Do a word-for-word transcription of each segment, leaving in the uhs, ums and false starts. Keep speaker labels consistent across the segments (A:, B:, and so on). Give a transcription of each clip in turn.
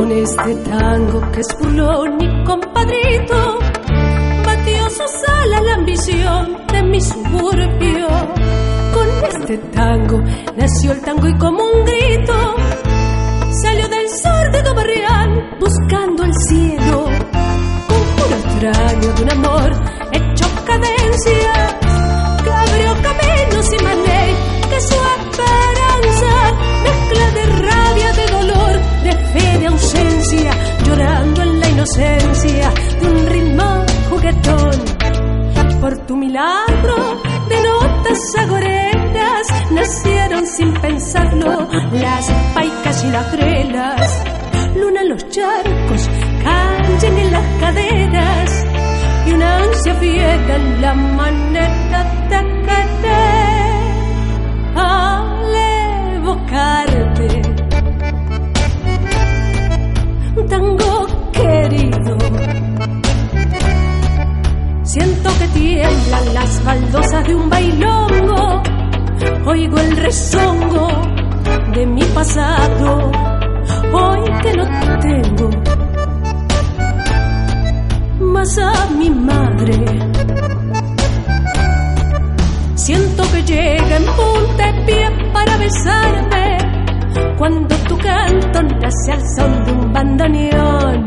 A: Con este tango que es burlón y compadrito, batió sus alas la ambición de mi suburbio. Con este tango nació el tango y como un grito salió del sórdido barrial buscando el cielo. Conjuro extraño de un amor hecho cadencia que abrió caminos y más ley que su esperanza. Mezcla de rabia, de dolor, de fe, de ausencia, llorando en la inocencia de un ritmo juguetón. Por tu milagro de notas agoreras nacieron sin pensarlo las paicas y las grelas. Luna en los charcos, cayen en las caderas y una ansia fiera en la manera de querer al evocarte. Tango querido, siento que tiemblan las baldosas de un bailongo, oigo el rezongo de mi pasado, hoy que no tengo más a mi madre. Siento que llega en puntapié para besarme cuando tu canto nace al son de un bandoneón.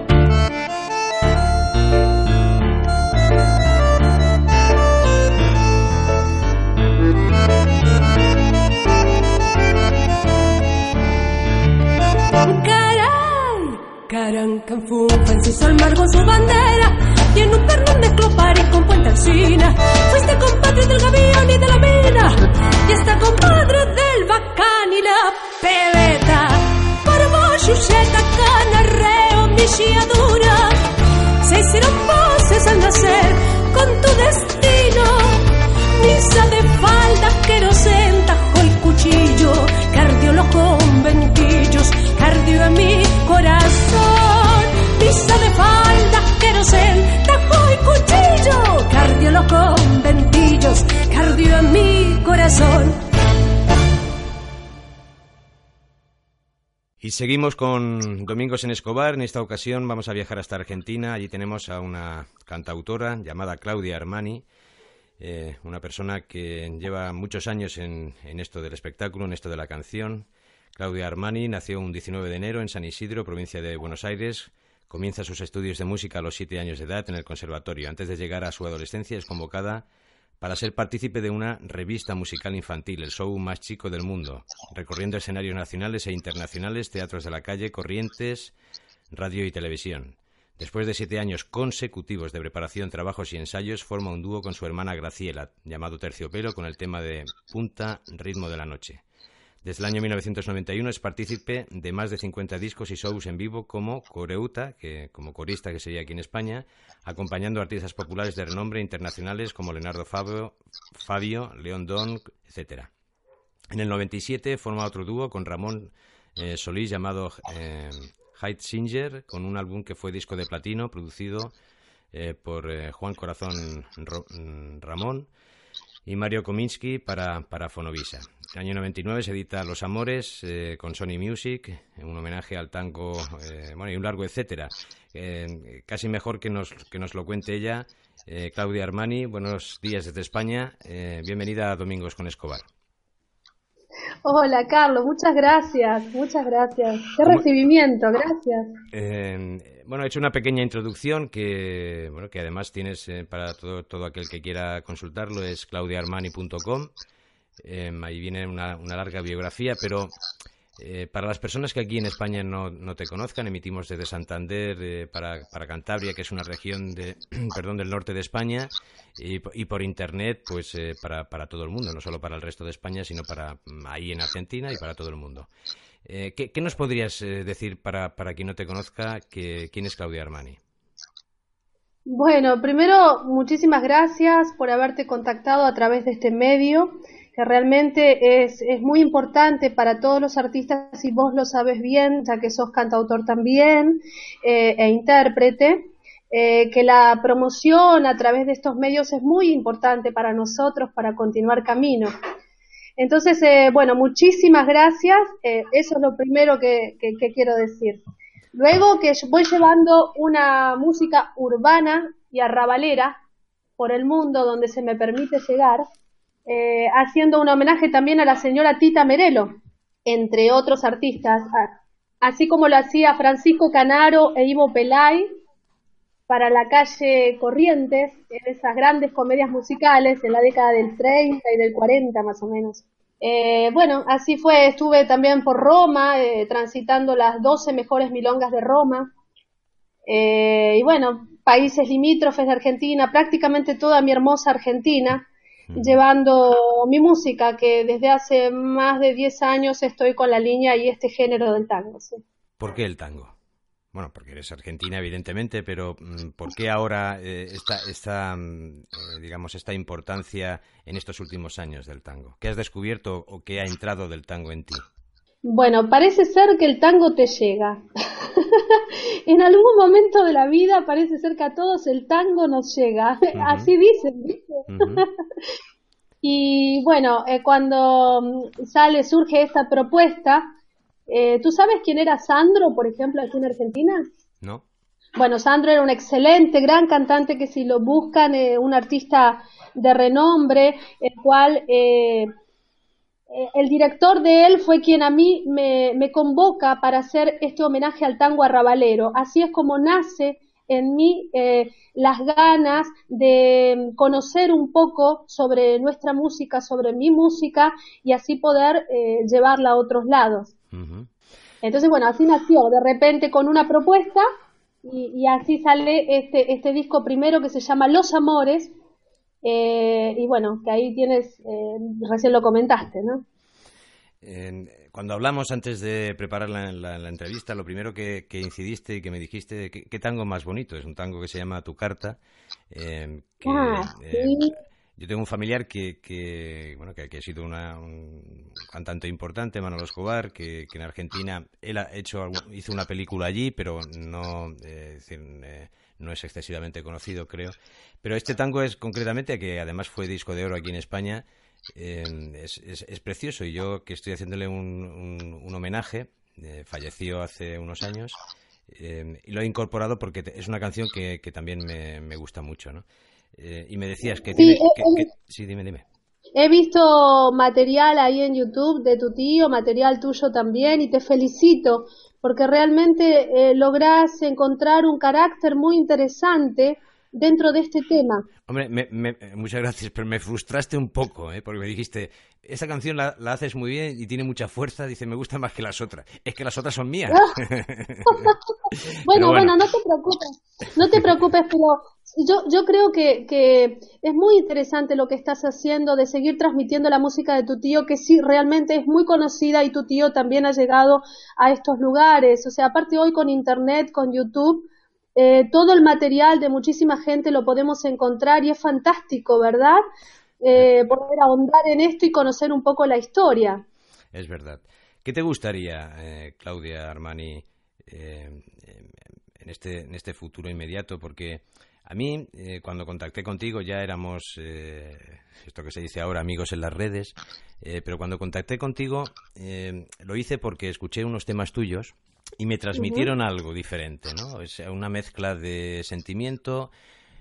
A: Carancanfunfa enciso el margo su bandera y en un pernón mezcló París con Puente Alsina. Fuiste compadre del gavión y de la mina y hasta compadre del bacán y la pebeta. Parvo, Yucheta, Canarreo, Milladura se hicieron voces al nacer con tu destino. Misa de falda, querosén, tajo y cuchillo que ardió los conventillos, que ardió en mi corazón. Misa de falda, querosén, tajo y cuchillo que ardió los conventillos, que ardió en mi corazón.
B: Y seguimos con Domingos en Escobar. En esta ocasión vamos a viajar hasta Argentina. Allí tenemos a una cantautora llamada Claudia Armani, eh, una persona que lleva muchos años en, en esto del espectáculo, en esto de la canción. Claudia Armani nació un diecinueve de enero en San Isidro, provincia de Buenos Aires. Comienza sus estudios de música a los siete años de edad en el conservatorio. Antes de llegar a su adolescencia es convocada para ser partícipe de una revista musical infantil, el show más chico del mundo, recorriendo escenarios nacionales e internacionales, teatros de la calle, Corrientes, radio y televisión. Después de siete años consecutivos de preparación, trabajos y ensayos, forma un dúo con su hermana Graciela, llamado Terciopelo, con el tema de Punta, ritmo de la noche. Desde el año mil novecientos noventa y uno es partícipe de más de cincuenta discos y shows en vivo como coreuta, que como corista que sería aquí en España, acompañando a artistas populares de renombre internacionales como Leonardo Fabio, Fabio León Don, etcétera. En el noventa y siete forma otro dúo con Ramón eh, Solís llamado eh, Hyde Singer, con un álbum que fue disco de platino producido eh, por eh, Juan Corazón Ro, Ramón y Mario Kominsky para, para Fonovisa. En el año noventa y nueve se edita Los Amores eh, con Sony Music, un homenaje al tango, eh, bueno, y un largo etcétera. Eh, casi mejor que nos, que nos lo cuente ella. Eh, Claudia Armani, buenos días desde España. Eh, bienvenida a Domingos con Escobar.
C: Hola, Carlos, muchas gracias, muchas gracias. Qué ¿Cómo? Recibimiento, gracias.
B: Eh, bueno, he hecho una pequeña introducción que, bueno, que además tienes eh, para todo, todo aquel que quiera consultarlo, es claudia armani punto com. Eh, ahí viene una, una larga biografía, pero eh, para las personas que aquí en España no, no te conozcan, emitimos desde Santander eh, para, para Cantabria, que es una región de, perdón, del norte de España, y, y por internet pues eh, para, para todo el mundo, no solo para el resto de España, sino para ahí en Argentina y para todo el mundo. Eh, ¿qué, ¿Qué nos podrías eh, decir para, para quien no te conozca que, quién es Claudia Armani?
C: Bueno, primero, muchísimas gracias por haberte contactado a través de este medio, que realmente es, es muy importante para todos los artistas, y vos lo sabes bien, ya que sos cantautor también eh, e intérprete, eh, que la promoción a través de estos medios es muy importante para nosotros para continuar camino. Entonces, eh, bueno, muchísimas gracias, eh, eso es lo primero que, que, que quiero decir. Luego que voy llevando una música urbana y arrabalera por el mundo donde se me permite llegar, eh, haciendo un homenaje también a la señora Tita Merelo, entre otros artistas, así como lo hacía Francisco Canaro e Ivo Pelay para la calle Corrientes, en esas grandes comedias musicales en la década del treinta y del cuarenta más o menos. Eh, bueno, así fue, estuve también por Roma, eh, transitando las doce mejores milongas de Roma, eh, y bueno, países limítrofes de Argentina, prácticamente toda mi hermosa Argentina, mm. llevando mi música, que desde hace más de diez años estoy con la línea y este género del tango. ¿Sí?
B: ¿Por qué el tango? Bueno, porque eres argentina, evidentemente, pero ¿por qué ahora eh, esta, esta eh, digamos, esta importancia en estos últimos años del tango? ¿Qué has descubierto o qué ha entrado del tango en ti?
C: Bueno, parece ser que el tango te llega. En algún momento de la vida parece ser que a todos el tango nos llega. Uh-huh. Así dicen, ¿viste? Uh-huh. Y bueno, eh, cuando sale, surge esta propuesta, eh, ¿tú sabes quién era Sandro, por ejemplo, aquí en Argentina?
B: No.
C: Bueno, Sandro era un excelente, gran cantante que si lo buscan, eh, un artista de renombre, el cual... Eh, el director de él fue quien a mí me, me convoca para hacer este homenaje al tango arrabalero. Así es como nace en mí eh, las ganas de conocer un poco sobre nuestra música, sobre mi música, y así poder eh, llevarla a otros lados. Uh-huh. Entonces, bueno, así nació, de repente con una propuesta, y, y así sale este, este disco primero que se llama Los Amores. Eh, y bueno, que ahí tienes, eh, recién lo comentaste, ¿no?
B: Eh, cuando hablamos antes de preparar la, la, la entrevista, lo primero que, que incidiste y que me dijiste, ¿qué, qué tango más bonito? Es un tango que se llama Tu Carta. Eh, que,
C: ah,
B: eh,
C: sí.
B: Yo tengo un familiar que, que bueno, que, que ha sido una, un cantante importante, Manolo Escobar, que, que en Argentina él ha hecho hizo una película allí, pero no, eh, es decir, eh, no es excesivamente conocido, creo. Pero este tango es concretamente, que además fue disco de oro aquí en España, eh, es, es, es precioso, y yo que estoy haciéndole un, un, un homenaje, eh, falleció hace unos años, eh, y lo he incorporado porque es una canción que, que también me, me gusta mucho, ¿no? Eh, y me decías que
C: sí,
B: tienes...
C: Eh,
B: que, que, sí, dime, dime.
C: He visto material ahí en YouTube de tu tío, material tuyo también, y te felicito porque realmente eh, lográs encontrar un carácter muy interesante dentro de este tema.
B: Hombre, me, me, muchas gracias, pero me frustraste un poco, ¿eh? Porque me dijiste, esa canción la, la haces muy bien y tiene mucha fuerza, dice, me gusta más que las otras. Es que las otras son mías.
C: bueno, bueno, bueno, no te preocupes, no te preocupes, pero yo, yo creo que, que es muy interesante lo que estás haciendo de seguir transmitiendo la música de tu tío, que sí, realmente es muy conocida, y tu tío también ha llegado a estos lugares. O sea, aparte hoy con internet, con YouTube, Eh, todo el material de muchísima gente lo podemos encontrar y es fantástico, ¿verdad? Eh, poder ahondar en esto y conocer un poco la historia.
B: Es verdad. ¿Qué te gustaría, eh, Claudia Armani, eh, en este, en este futuro inmediato? Porque a mí, eh, cuando contacté contigo, ya éramos, eh, esto que se dice ahora, amigos en las redes, eh, pero cuando contacté contigo, eh, lo hice porque escuché unos temas tuyos y me transmitieron uh-huh. algo diferente, ¿no? Es una mezcla de sentimiento.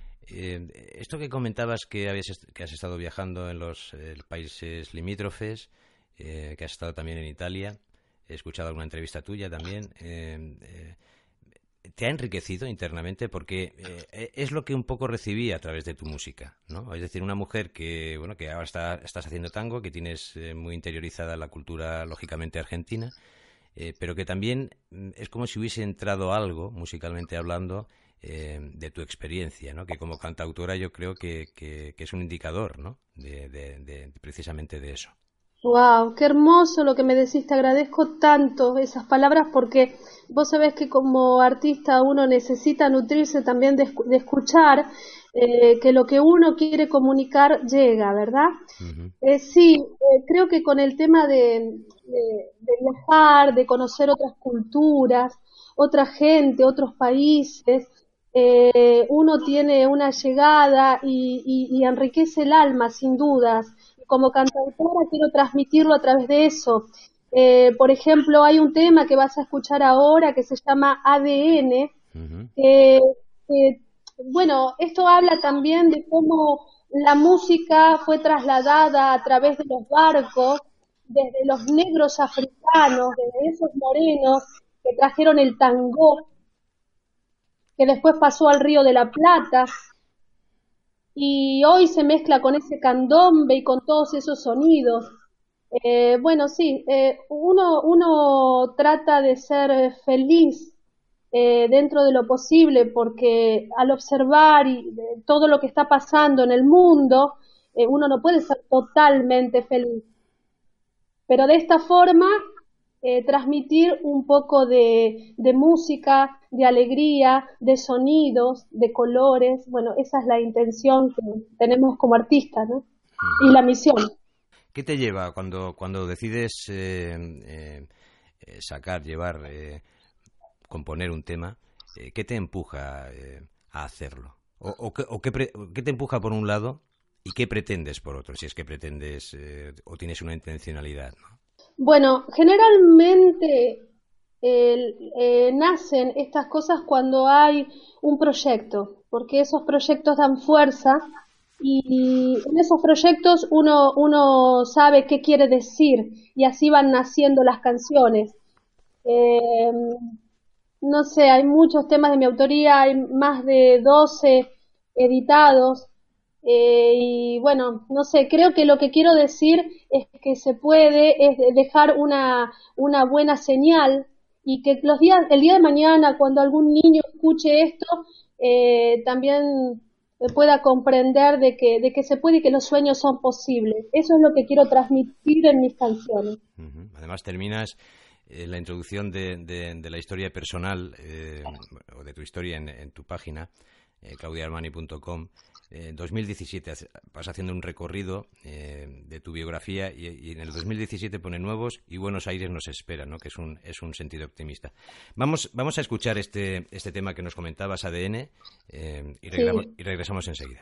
B: Eh, esto que comentabas que habías est- que has estado viajando en los eh, países limítrofes, eh, que has estado también en Italia, he escuchado alguna entrevista tuya también. Eh, eh, ¿Te ha enriquecido internamente? Porque eh, es lo que un poco recibí a través de tu música, ¿no? Es decir, una mujer que, bueno, que ahora está, estás haciendo tango, que tienes eh, muy interiorizada la cultura, lógicamente, argentina. Eh, pero que también es como si hubiese entrado algo, musicalmente hablando, eh, de tu experiencia, ¿no? Que como cantautora yo creo que, que, que es un indicador, ¿no? De, de, de, precisamente de eso.
C: Wow, qué hermoso lo que me decís, te agradezco tanto esas palabras, porque vos sabés que como artista uno necesita nutrirse también de, de escuchar eh, que lo que uno quiere comunicar llega, ¿verdad? Uh-huh. Eh, sí, eh, creo que con el tema de, de, de viajar, de conocer otras culturas, otra gente, otros países, eh, uno tiene una llegada y, y, y enriquece el alma, sin dudas. Como cantautora quiero transmitirlo a través de eso. Eh, por ejemplo, hay un tema que vas a escuchar ahora que se llama A D N. Uh-huh. eh, eh, bueno, esto habla también de cómo la música fue trasladada a través de los barcos, desde los negros africanos, desde esos morenos que trajeron el tango, que después pasó al Río de la Plata, y hoy se mezcla con ese candombe y con todos esos sonidos. Eh, bueno, sí, eh, uno, uno trata de ser feliz eh, dentro de lo posible, porque al observar y, de, todo lo que está pasando en el mundo, eh, uno no puede ser totalmente feliz. Pero de esta forma, eh, transmitir un poco de, de música, de alegría, de sonidos, de colores, bueno, esa es la intención que tenemos como artistas, ¿no? Y la misión.
B: ¿Qué te lleva cuando, cuando decides eh, eh, sacar, llevar, eh, componer un tema? Eh, ¿Qué te empuja eh, a hacerlo? ¿O, o, qué, o qué, pre, qué te empuja por un lado y qué pretendes por otro? Si es que pretendes eh, o tienes una intencionalidad, ¿no?
C: Bueno, generalmente eh, eh, nacen estas cosas cuando hay un proyecto, porque esos proyectos dan fuerza. Y en esos proyectos uno, uno sabe qué quiere decir y así van naciendo las canciones. Eh, no sé, hay muchos temas de mi autoría, hay más de doce editados eh, y bueno, no sé, creo que lo que quiero decir es que se puede es dejar una, una buena señal y que los días, el día de mañana cuando algún niño escuche esto eh, también pueda comprender de que, de que se puede y que los sueños son posibles. Eso es lo que quiero transmitir en mis canciones.
B: Uh-huh. Además terminas eh, la introducción de, de, de la historia personal eh, o de tu historia en, en tu página, eh, claudia armani punto com. En dos mil diecisiete vas haciendo un recorrido eh, de tu biografía y, y en el dos mil diecisiete pone nuevos y Buenos Aires nos espera, ¿no? Que es un, es un sentido optimista. Vamos, vamos a escuchar este, este tema que nos comentabas, A D N, eh, y, regresamos, sí. y regresamos enseguida.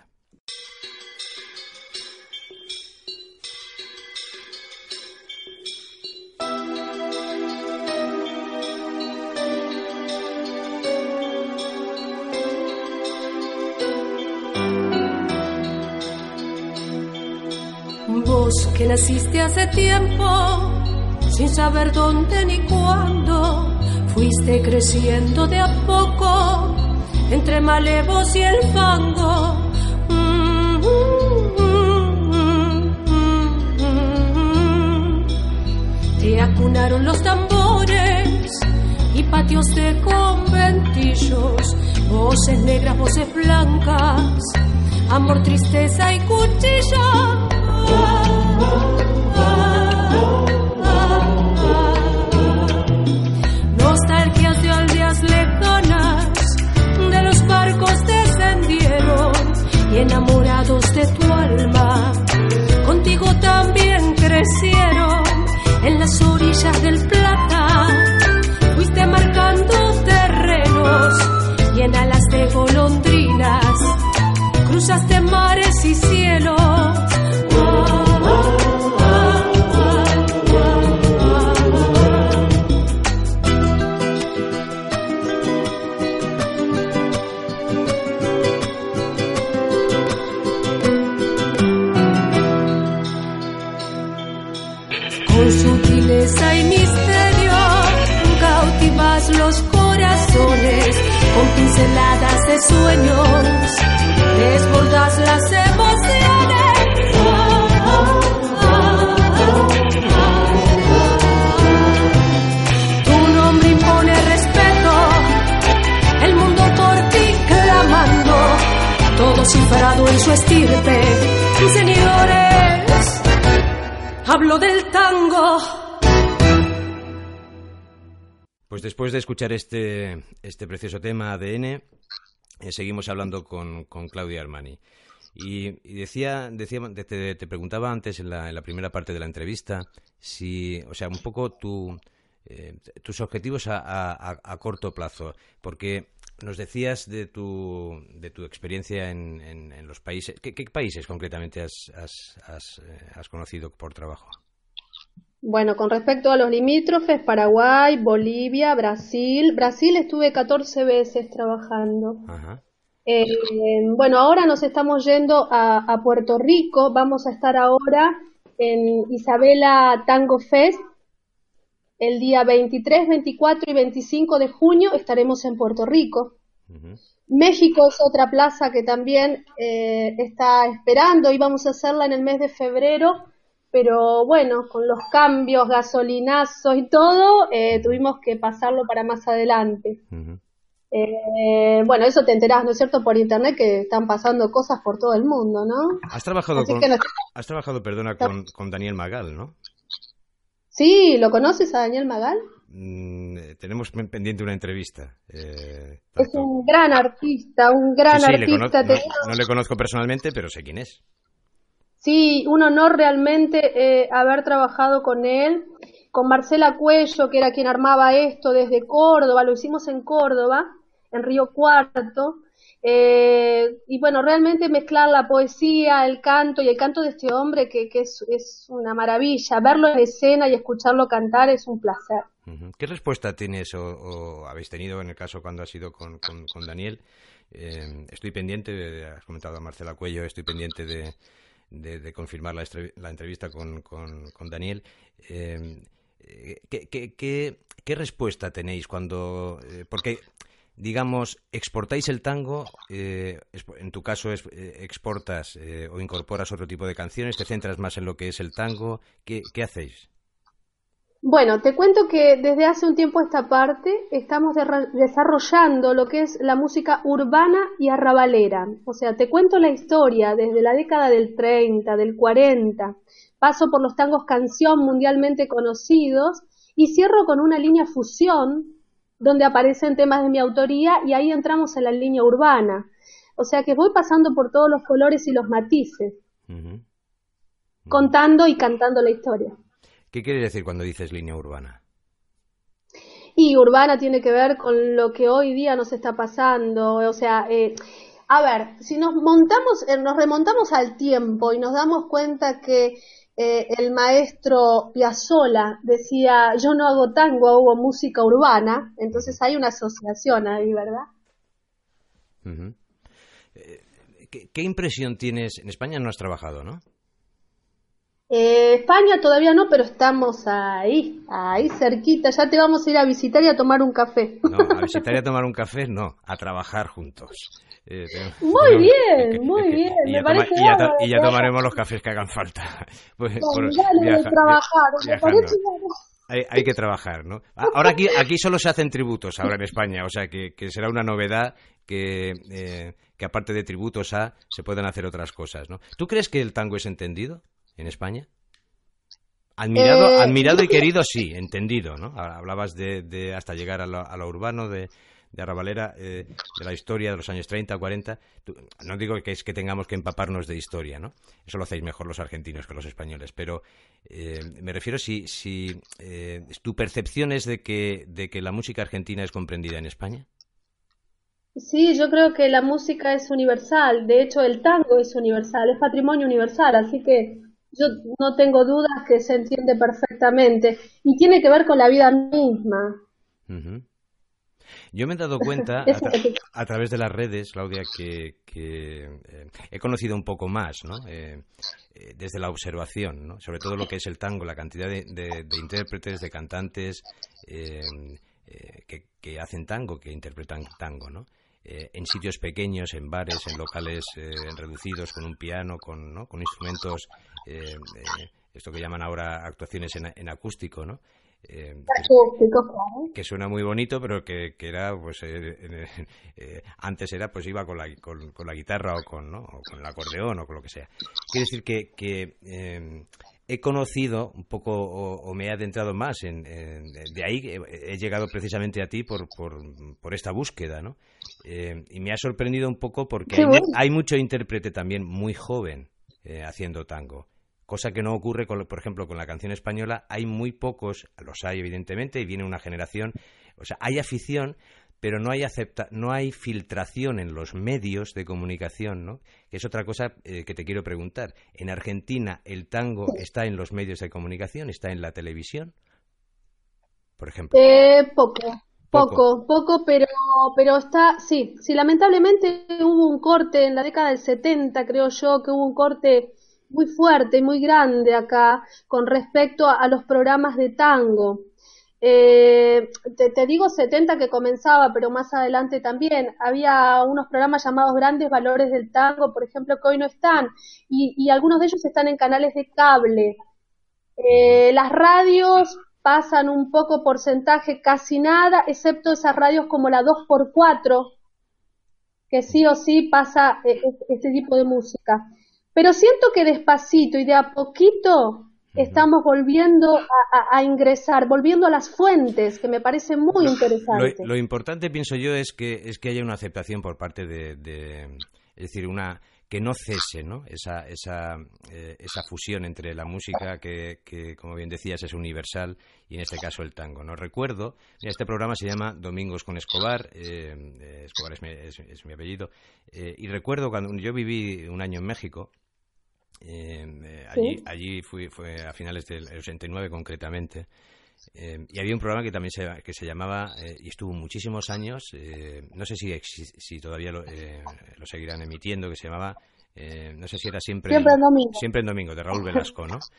A: Vos que naciste hace tiempo, sin saber dónde ni cuándo, fuiste creciendo de a poco, entre malevos y el fango. Mm, mm, mm, mm, mm. Te acunaron los tambores y patios de conventillos, voces negras, voces blancas, amor, tristeza y cuchillo. Nostalgias de aldeas lejanas, de los barcos descendieron y enamorados de tu alma, contigo también crecieron en las orillas del Plata. Fuiste marcando terrenos y en alas de golondrinas cruzaste mares y cielos. Con sutileza y misterio cautivas los corazones, con pinceladas de sueños desbordas las emociones. Tu nombre impone respeto, el mundo por ti clamando, todo cifrado en su estirpe. Señores, hablo del tango.
B: Pues después de escuchar este, este precioso tema A D N, eh, seguimos hablando con, con Claudia Armani. Y, y decía, decía te, te preguntaba antes en la, en la primera parte de la entrevista, si, o sea, un poco tu, eh, tus objetivos a, a, a corto plazo, porque nos decías de tu, de tu experiencia en, en, en los países. ¿Qué, qué países concretamente has, has, has, eh, has conocido por trabajo?
C: Bueno, con respecto a los limítrofes, Paraguay, Bolivia, Brasil. Brasil estuve catorce veces trabajando.
B: Ajá.
C: Eh, bueno, ahora nos estamos yendo a, a Puerto Rico. Vamos a estar ahora en Isabela Tango Fest. El día veintitrés, veinticuatro y veinticinco de junio estaremos en Puerto Rico.
B: Uh-huh.
C: México es otra plaza que también eh, está esperando. Íbamos a hacerla en el mes de febrero, pero bueno, con los cambios, gasolinazos y todo, eh, tuvimos que pasarlo para más adelante.
B: Uh-huh.
C: Eh, bueno, eso te enterás, ¿no es cierto?, por internet, que están pasando cosas por todo el mundo, ¿no?
B: Has trabajado,
C: Así
B: con,
C: que no-
B: has trabajado, perdona, con, con Daniel Magal, ¿no?
C: Sí, ¿lo conoces a Daniel Magal?
B: Mm, eh, tenemos pen- pendiente una entrevista. Eh,
C: Es
B: tanto-
C: un gran artista, un gran
B: Sí, sí, le
C: artista.
B: conozco,
C: te-
B: no, no le conozco personalmente, pero sé quién es.
C: Sí, un honor realmente eh, haber trabajado con él, con Marcela Cuello, que era quien armaba esto desde Córdoba, lo hicimos en Córdoba, en Río Cuarto, eh, y bueno, realmente mezclar la poesía, el canto y el canto de este hombre que, que es, es una maravilla, verlo en escena y escucharlo cantar es un placer.
B: Ujú. ¿Qué respuesta tienes o, o habéis tenido en el caso cuando has ido con, con, con Daniel? Eh, estoy pendiente, de, has comentado a Marcela Cuello, estoy pendiente de, de, de confirmar la, estre- la entrevista con, con, con Daniel. Eh, eh, ¿qué, qué, qué, qué respuesta tenéis cuando...? Eh, porque, digamos, exportáis el tango, eh, expo- en tu caso es, eh, exportas eh, o incorporas otro tipo de canciones, te centras más en lo que es el tango. ¿Qué, qué hacéis?
C: Bueno, te cuento que desde hace un tiempo a esta parte estamos derra- desarrollando lo que es la música urbana y arrabalera. O sea, te cuento la historia desde la década del treinta, del cuarenta, paso por los tangos canción mundialmente conocidos y cierro con una línea fusión donde aparecen temas de mi autoría y ahí entramos en la línea urbana. O sea que voy pasando por todos los colores y los matices,
B: Ujú.
C: contando y cantando la historia.
B: ¿Qué quiere decir cuando dices línea urbana?
C: Y urbana tiene que ver con lo que hoy día nos está pasando, o sea, eh, a ver, si nos montamos, eh, nos remontamos al tiempo y nos damos cuenta que eh, el maestro Piazzolla decía, yo no hago tango, hago música urbana, entonces hay una asociación ahí, ¿verdad?
B: Ujú. Eh, ¿qué, qué impresión tienes? En España no has trabajado, ¿no?
C: Eh, España todavía no, pero estamos ahí, ahí cerquita, ya te vamos a ir a visitar y a tomar un café.
B: No, a visitar y a tomar un café, no, a trabajar juntos. Eh, tenemos-
C: Muy
B: tenemos-
C: bien,
B: es que-
C: muy
B: es que-
C: bien,
B: y
C: me
B: ya toma-
C: parece
B: y ya to-
C: bárbaro,
B: y ya
C: ¿verdad?
B: tomaremos los cafés que hagan falta. Pues,
C: Bueno,
B: por-
C: dale de
B: viaja-
C: trabajar, me
B: viajando.
C: parece bárbaro.
B: Hay, hay que trabajar, ¿no? A- Ahora aquí, aquí solo se hacen tributos, ahora en España, o sea que, que será una novedad que, eh, que aparte de tributos a, se puedan hacer otras cosas, ¿no? ¿Tú crees que el tango es entendido en España? Admirado,
C: Eh,
B: admirado
C: yo
B: y
C: creo-
B: querido, sí, entendido, ¿no? Hablabas de, de hasta llegar a lo, a lo urbano, de, de Arrabalera, eh, de la historia de los años treinta, cuarenta. Tú- no digo que es que tengamos que empaparnos de historia, ¿no? Eso lo hacéis mejor los argentinos que los españoles, pero eh, me refiero si, si eh, tu percepción es de que, de que la música argentina es comprendida en España.
C: Sí, yo creo que la música es universal, de hecho el tango es universal, es patrimonio universal, así que yo no tengo dudas que se entiende perfectamente y tiene que ver con la vida misma.
B: Ujú. Yo me he dado cuenta a,
C: Eso
B: tra-
C: es lo que-
B: a través de las redes, Claudia, que, que, eh, he conocido un poco más, ¿no? Eh, eh, desde la observación, ¿no? Sobre todo lo que es el tango, la cantidad de, de- de intérpretes, de cantantes eh, eh, que, que hacen tango, que interpretan tango, ¿no? Eh, en sitios pequeños, en bares, en locales eh, reducidos, con un piano, con, ¿no? con instrumentos, eh, eh, esto que llaman ahora actuaciones en, en acústico, ¿no? Eh, que-
C: acústico, claro.
B: que suena muy bonito, pero que, que era, pues, eh, eh, eh, antes era, pues iba con la, con, con la guitarra o con, ¿no? o con el acordeón o con lo que sea. Quiere decir que, que eh, he conocido un poco o, o me he adentrado más en, en- de ahí he, he llegado precisamente a ti por, por, por esta búsqueda, ¿no? Eh, y me ha sorprendido un poco porque
C: Qué
B: hay, mu-
C: bueno.
B: hay mucho intérprete también muy joven eh, haciendo tango. Cosa que no ocurre, con, por ejemplo, con la canción española. Hay muy pocos, los hay evidentemente, y viene una generación, o sea, hay afición, pero no hay acepta, no hay filtración en los medios de comunicación, ¿no? Que es otra cosa eh, que te quiero preguntar. En Argentina, ¿el tango está en los medios de comunicación? ¿Está en la televisión, por ejemplo?
C: Eh, poco,
B: Poco.
C: poco, poco, pero, pero está, sí, sí, lamentablemente hubo un corte en la década del setenta, creo yo, que hubo un corte muy fuerte y muy grande acá con respecto a, a los programas de tango. Eh, te, te digo setenta que comenzaba, pero más adelante también había unos programas llamados Grandes Valores del Tango, por ejemplo, que hoy no están, y, y algunos de ellos están en canales de cable.
B: Ujú.
C: Eh, las radios pasan un poco porcentaje, casi nada, excepto esas radios como la dos por cuatro, que sí o sí pasa eh, este tipo de música. Pero siento que despacito y de a poquito
B: Ujú.
C: estamos volviendo a, a- a ingresar, volviendo a las fuentes, que me parece muy
B: Lo, lo,
C: interesante.
B: lo importante, pienso yo, es que es que haya una aceptación por parte de, de- es decir, una que no cese, ¿no? Esa esa eh, esa fusión entre la música que, que, como bien decías, es universal y en este caso el tango. No recuerdo. Mira, este programa se llama Domingos con Escobar. eh, eh, Escobar es mi, es- es mi apellido. Eh, y recuerdo cuando yo viví un año en México. eh, eh, allí
C: Sí,
B: allí fui fue a finales del ochenta y nueve concretamente. Eh, y había un programa que también se, que se llamaba, eh, y estuvo muchísimos años, eh, no sé si, exi- si todavía lo, eh, lo seguirán emitiendo, que se llamaba, eh, no sé si era siempre
C: siempre
B: en,
C: el domingo.
B: siempre en domingo, de Raúl Velasco, ¿no?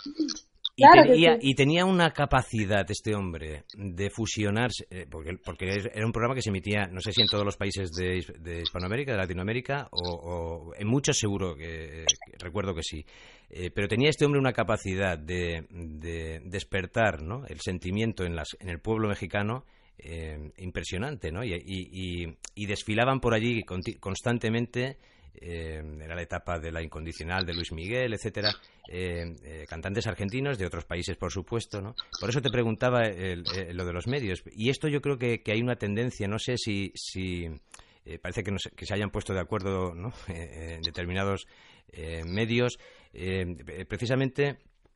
B: Y
C: Claro que
B: tenía,
C: sí.
B: y tenía una capacidad este hombre de fusionarse, eh, porque, porque era un programa que se emitía, no sé si en todos los países de, His- de Hispanoamérica, de Latinoamérica, o, o en muchos seguro, que, que recuerdo que sí. Eh, pero tenía este hombre una capacidad de, de despertar, ¿no?, el sentimiento en, las, en el pueblo mexicano, eh, impresionante, ¿no? Y, y, y- y desfilaban por allí conti- constantemente. Eh, era la etapa de la incondicional de Luis Miguel, etcétera, eh, eh, cantantes argentinos, de otros países, por supuesto, ¿no? Por eso te preguntaba el- eh, lo de los medios. Y esto yo creo que, que hay una tendencia, no sé si, si eh, parece que, no se, que se hayan puesto de acuerdo, ¿no? eh, en determinados eh, medios, eh, eh, precisamente.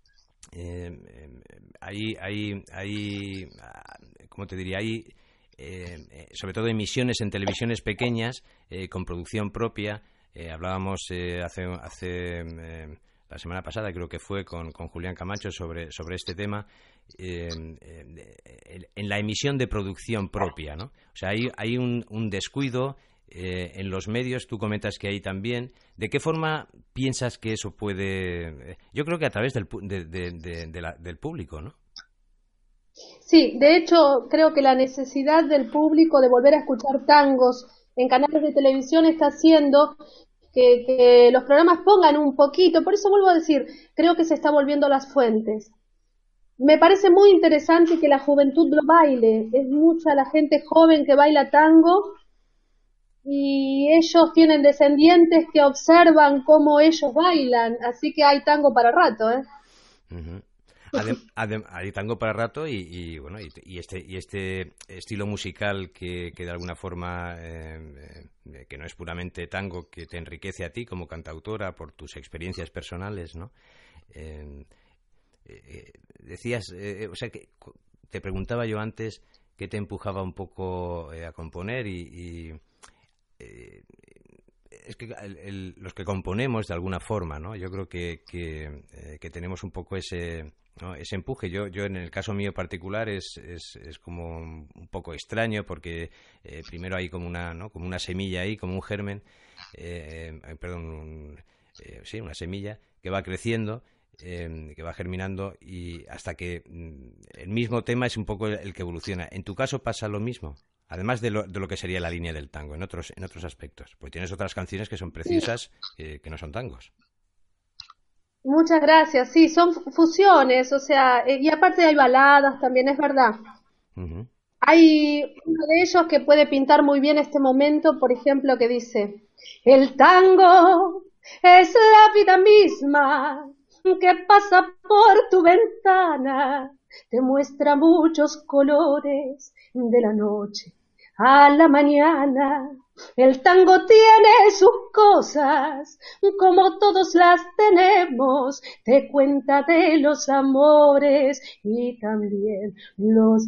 B: Eh, eh, hay, hay, hay, ah, ¿cómo te diría? Hay, eh, eh, sobre todo, emisiones en televisiones pequeñas, eh, con producción propia. Eh, hablábamos eh, hace, hace eh, la semana pasada, creo que fue, con, con Julián Camacho sobre, sobre este tema, eh, eh, en la emisión de producción propia, ¿no? O sea, hay, hay un, un descuido eh, en los medios, tú comentas que hay también. ¿De qué forma piensas que eso puede...? eh, Yo creo que a través del, pu- de- de- de- de la- del público, ¿no?
C: Sí, de hecho, creo que la necesidad del público de volver a escuchar tangos en canales de televisión está haciendo que, que los programas pongan un poquito, por eso vuelvo a decir, creo que se está volviendo a las fuentes. Me parece muy interesante que la juventud lo baile, es mucha la gente joven que baila tango y ellos tienen descendientes que observan cómo ellos bailan, así que hay tango para rato, ¿eh?
B: Ujú. Adem- adem- hay tango para rato y, y, bueno y, y este y este estilo musical que, que de alguna forma eh, eh, que no es puramente tango, que te enriquece a ti como cantautora por tus experiencias personales, ¿no? Eh, eh, decías, eh, o sea, que cu- te preguntaba yo antes qué te empujaba un poco eh, a componer y, y, eh, es que el- el- los que componemos de alguna forma, ¿no? Yo creo que, que, eh, que tenemos un poco ese, ¿no?, ese empuje. Yo, yo en el caso mío particular es, es, es como un poco extraño porque eh, primero hay como una, ¿no?, como una semilla ahí, como un germen, eh, eh, perdón, un- eh, sí, una semilla que va creciendo, eh, que va germinando y hasta que mm, el mismo tema es un poco el, el que evoluciona. ¿En tu caso pasa lo mismo? Además de lo, de lo que sería la línea del tango, en otros, en otros aspectos. Pues tienes otras canciones que son preciosas, eh, que no son tangos.
C: Muchas gracias, sí, son fu- fusiones, o sea, eh, y aparte hay baladas también, es verdad.
B: Ujú.
C: Hay uno de ellos que puede pintar muy bien este momento, por ejemplo, que dice, el tango es la vida misma que pasa por tu ventana, te muestra muchos colores de la noche a la mañana. El tango tiene sus cosas, como todos las tenemos, te cuenta de los amores y también los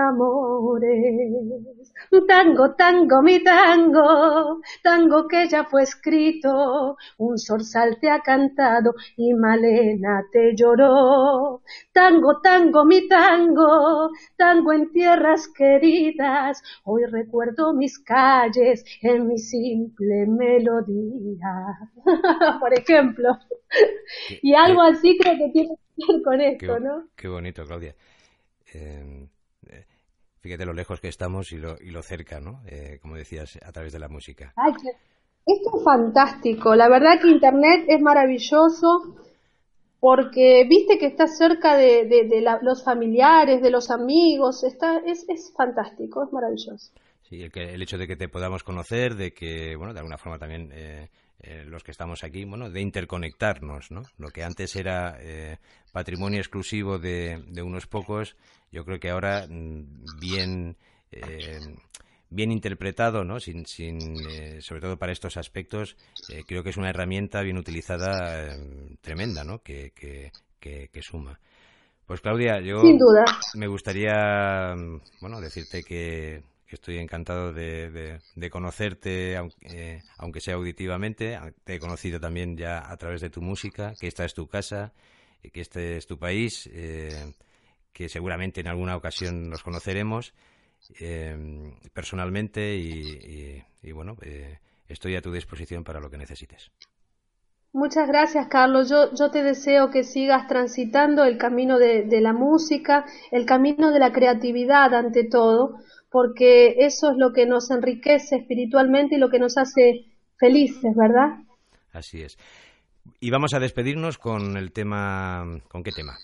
C: desamores. Tango, tango, mi tango, tango que ya fue escrito, un zorzal te ha cantado y Malena te lloró. Tango, tango, mi tango, tango en tierras queridas, hoy recuerdo mis calles en mi simple melodía, por ejemplo. Qué, y algo qué, así creo que tiene que ver con esto,
B: qué,
C: ¿no?
B: Qué bonito, Claudia. Eh, fíjate lo lejos que estamos y lo, y lo cerca, ¿no? Eh, como decías, a través de la música.
C: Ay, esto es fantástico. La verdad que Internet es maravilloso porque viste que está cerca de, de, de la, los familiares, de los amigos. Está, es, es fantástico, es maravilloso.
B: Sí, el, que, el hecho de que te podamos conocer, de que, bueno, de alguna forma también eh, eh, los que estamos aquí, bueno, de interconectarnos, ¿no? Lo que antes era eh, patrimonio exclusivo de, de unos pocos, yo creo que ahora bien eh, bien interpretado, ¿no? Sin, sin eh, sobre todo para estos aspectos, eh, creo que es una herramienta bien utilizada eh, tremenda, ¿no? Que, que, que, que suma. Pues Claudia, yo
C: sin duda
B: me gustaría, bueno, decirte que que estoy encantado de, de, de conocerte, aunque, eh, aunque sea auditivamente. Te he conocido también ya a través de tu música, que esta es tu casa, que este es tu país, eh, que seguramente en alguna ocasión nos conoceremos eh, personalmente y, y, y bueno, eh, estoy a tu disposición para lo que necesites.
C: Muchas gracias, Carlos. Yo, yo te deseo que sigas transitando el camino de, de la música, el camino de la creatividad ante todo, porque eso es lo que nos enriquece espiritualmente y lo que nos hace felices, ¿verdad?
B: Así es. Y vamos a despedirnos con el tema... ¿Con qué tema?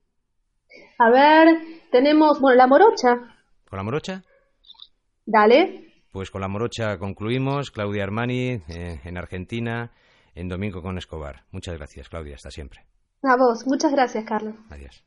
C: A ver, tenemos... Bueno, la morocha.
B: ¿Con la morocha?
C: Dale.
B: Pues con la morocha concluimos. Claudia Armani, eh, en Argentina, en Domingo con Escobar. Muchas gracias, Claudia. Hasta siempre.
C: A vos. Muchas gracias, Carlos.
B: Adiós.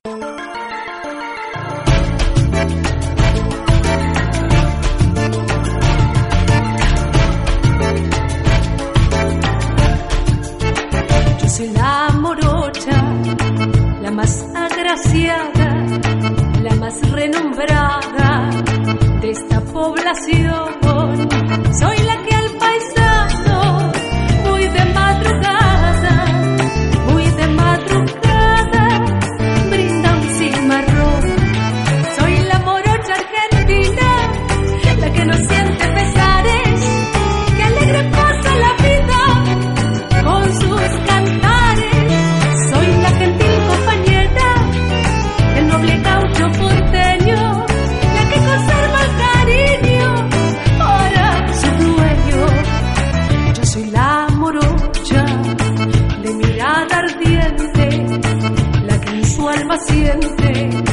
A: Soy la morocha, la más agraciada, la más renombrada de esta población. Soy la que al paisano, muy de madrugada, muy de madrugada, brinda un cimarrón. Soy la morocha argentina, la que no siente pesares, que alegre pasa la vida con sus canciones. Paciente.